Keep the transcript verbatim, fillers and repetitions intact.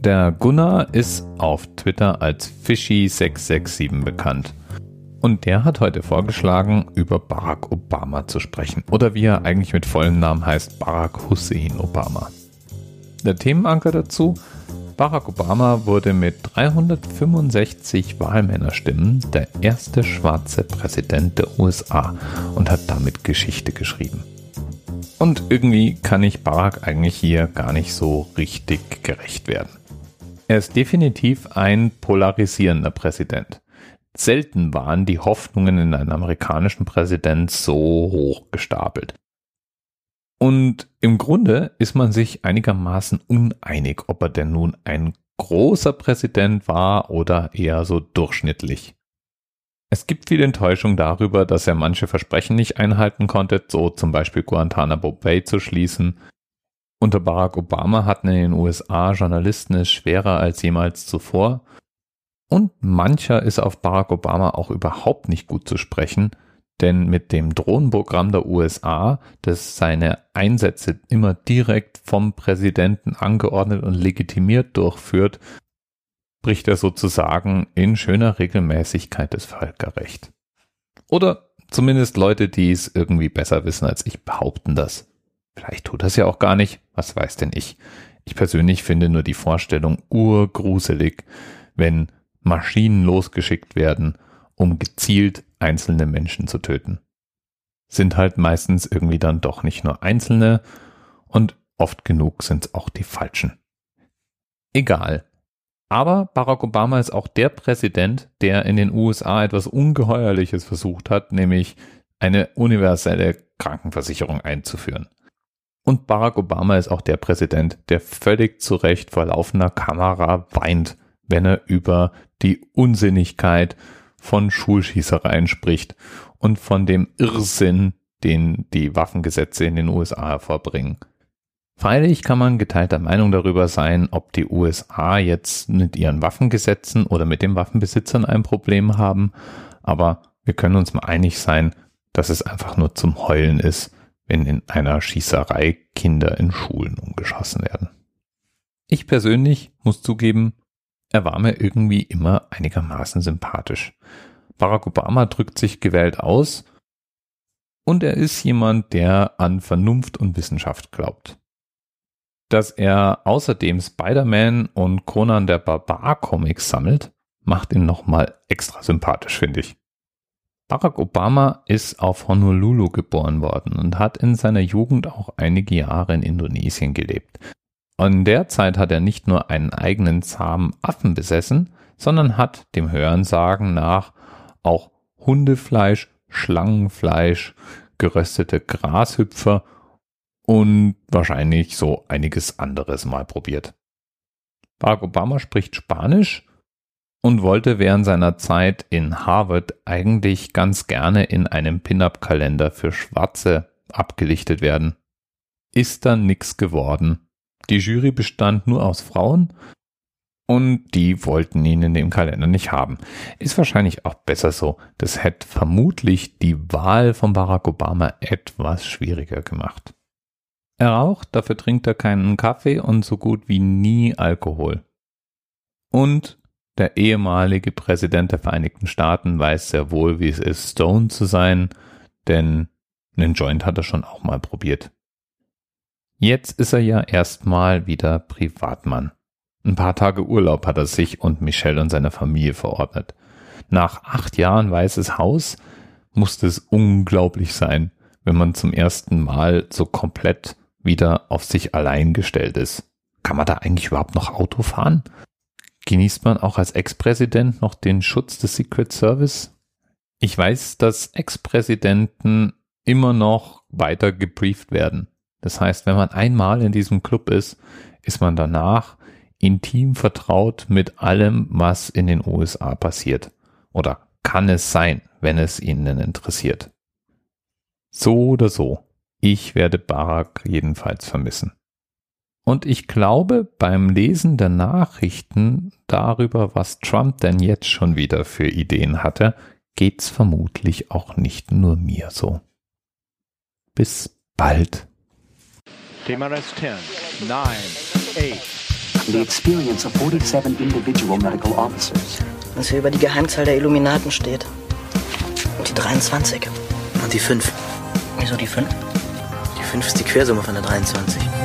Der Gunnar ist auf Twitter als Fishy sechs sechs sieben bekannt. Und der hat heute vorgeschlagen, über Barack Obama zu sprechen. Oder wie er eigentlich mit vollem Namen heißt, Barack Hussein Obama. Der Themenanker dazu: Barack Obama wurde mit dreihundertfünfundsechzig Wahlmännerstimmen der erste schwarze Präsident der U S A und hat damit Geschichte geschrieben. Und irgendwie kann ich Barack eigentlich hier gar nicht so richtig gerecht werden. Er ist definitiv ein polarisierender Präsident. Selten waren die Hoffnungen in einen amerikanischen Präsident so hoch gestapelt. Und im Grunde ist man sich einigermaßen uneinig, ob er denn nun ein großer Präsident war oder eher so durchschnittlich. Es gibt viel Enttäuschung darüber, dass er manche Versprechen nicht einhalten konnte, so zum Beispiel Guantanamo Bay zu schließen. Unter Barack Obama hatten in den U S A Journalisten es schwerer als jemals zuvor. Und mancher ist auf Barack Obama auch überhaupt nicht gut zu sprechen, denn mit dem Drohnenprogramm der U S A, das seine Einsätze immer direkt vom Präsidenten angeordnet und legitimiert durchführt, bricht er sozusagen in schöner Regelmäßigkeit das Völkerrecht. Oder zumindest Leute, die es irgendwie besser wissen als ich, behaupten das. Vielleicht tut das ja auch gar nicht, was weiß denn ich. Ich persönlich finde nur die Vorstellung urgruselig, wenn Maschinen losgeschickt werden, um gezielt einzelne Menschen zu töten. Sind halt meistens irgendwie dann doch nicht nur Einzelne und oft genug sind es auch die Falschen. Egal. Aber Barack Obama ist auch der Präsident, der in den U S A etwas Ungeheuerliches versucht hat, nämlich eine universelle Krankenversicherung einzuführen. Und Barack Obama ist auch der Präsident, der völlig zu Recht vor laufender Kamera weint, wenn er über die Unsinnigkeit von Schulschießereien spricht und von dem Irrsinn, den die Waffengesetze in den U S A hervorbringen. Freilich kann man geteilter Meinung darüber sein, ob die U S A jetzt mit ihren Waffengesetzen oder mit den Waffenbesitzern ein Problem haben, aber wir können uns mal einig sein, dass es einfach nur zum Heulen ist, wenn in einer Schießerei Kinder in Schulen umgeschossen werden. Ich persönlich muss zugeben, er war mir irgendwie immer einigermaßen sympathisch. Barack Obama drückt sich gewählt aus und er ist jemand, der an Vernunft und Wissenschaft glaubt. Dass er außerdem Spider-Man und Conan der Barbar Comics sammelt, macht ihn nochmal extra sympathisch, finde ich. Barack Obama ist auf Honolulu geboren worden und hat in seiner Jugend auch einige Jahre in Indonesien gelebt. In der Zeit hat er nicht nur einen eigenen zahmen Affen besessen, sondern hat dem Hörensagen nach auch Hundefleisch, Schlangenfleisch, geröstete Grashüpfer und wahrscheinlich so einiges anderes mal probiert. Barack Obama spricht Spanisch und wollte während seiner Zeit in Harvard eigentlich ganz gerne in einem Pin-Up-Kalender für Schwarze abgelichtet werden. Ist dann nix geworden. Die Jury bestand nur aus Frauen und die wollten ihn in dem Kalender nicht haben. Ist wahrscheinlich auch besser so. Das hätte vermutlich die Wahl von Barack Obama etwas schwieriger gemacht. Er raucht, dafür trinkt er keinen Kaffee und so gut wie nie Alkohol. Und der ehemalige Präsident der Vereinigten Staaten weiß sehr wohl, wie es ist, Stone zu sein, denn einen Joint hat er schon auch mal probiert. Jetzt ist er ja erstmal wieder Privatmann. Ein paar Tage Urlaub hat er sich und Michelle und seiner Familie verordnet. Nach acht Jahren Weißes Haus musste es unglaublich sein, wenn man zum ersten Mal so komplett wieder auf sich allein gestellt ist. Kann man da eigentlich überhaupt noch Auto fahren? Genießt man auch als Ex-Präsident noch den Schutz des Secret Service? Ich weiß, dass Ex-Präsidenten immer noch weiter gebrieft werden. Das heißt, wenn man einmal in diesem Club ist, ist man danach intim vertraut mit allem, was in den U S A passiert. Oder kann es sein, wenn es Ihnen interessiert. So oder so, ich werde Barack jedenfalls vermissen. Und ich glaube, beim Lesen der Nachrichten darüber, was Trump denn jetzt schon wieder für Ideen hatte, geht's vermutlich auch nicht nur mir so. Bis bald. T-minus ten, nine, eight, the experience of forty-seven individual medical officers. Was hier über die Geheimzahl der Illuminaten steht. Und die dreiundzwanzig. Und die fünf. Wieso die fünf? Die fünf ist die Quersumme von der dreiundzwanzig.